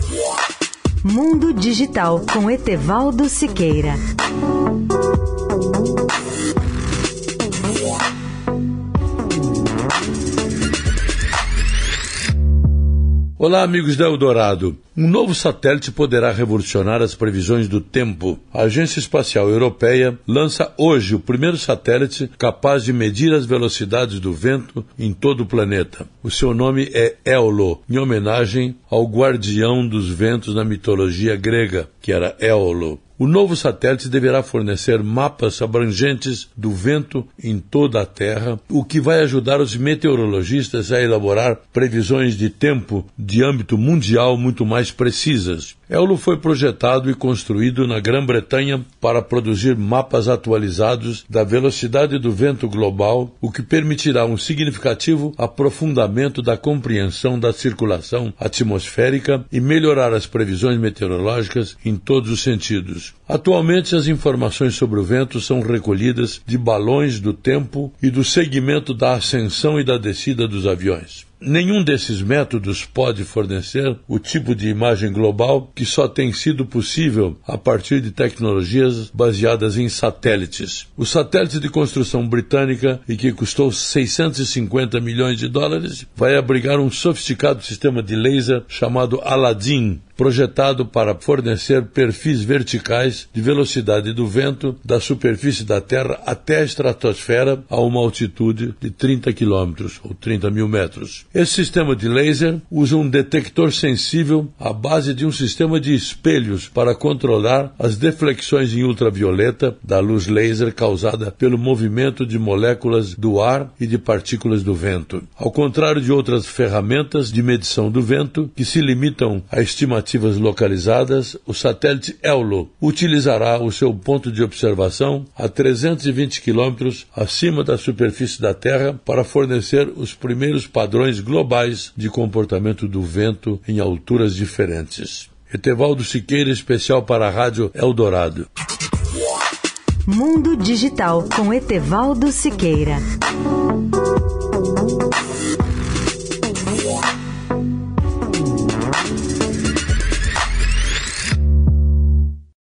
Mundo Digital com Etevaldo Siqueira. Olá, amigos da Eldorado. Um novo satélite poderá revolucionar as previsões do tempo. A Agência Espacial Europeia lança hoje o primeiro satélite capaz de medir as velocidades do vento em todo o planeta. O seu nome é Éolo, em homenagem ao guardião dos ventos na mitologia grega, que era Éolo. O novo satélite deverá fornecer mapas abrangentes do vento em toda a Terra, o que vai ajudar os meteorologistas a elaborar previsões de tempo de âmbito mundial muito mais precisas. Éolo foi projetado e construído na Grã-Bretanha para produzir mapas atualizados da velocidade do vento global, o que permitirá um significativo aprofundamento da compreensão da circulação atmosférica e melhorar as previsões meteorológicas em todos os sentidos. Atualmente, as informações sobre o vento são recolhidas de balões do tempo e do segmento da ascensão e da descida dos aviões. Nenhum desses métodos pode fornecer o tipo de imagem global que só tem sido possível a partir de tecnologias baseadas em satélites. O satélite de construção britânica, e que custou 650 milhões de dólares, vai abrigar um sofisticado sistema de laser chamado Aladdin, projetado para fornecer perfis verticais de velocidade do vento da superfície da Terra até a estratosfera a uma altitude de 30 km ou 30 mil metros. Esse sistema de laser usa um detector sensível à base de um sistema de espelhos para controlar as deflexões em ultravioleta da luz laser causada pelo movimento de moléculas do ar e de partículas do vento. Ao contrário de outras ferramentas de medição do vento, que se limitam a estimativas localizadas, o satélite Éolo utilizará o seu ponto de observação a 320 km acima da superfície da Terra para fornecer os primeiros padrões globais de comportamento do vento em alturas diferentes. Etevaldo Siqueira, especial para a Rádio Eldorado. Mundo Digital com Etevaldo Siqueira.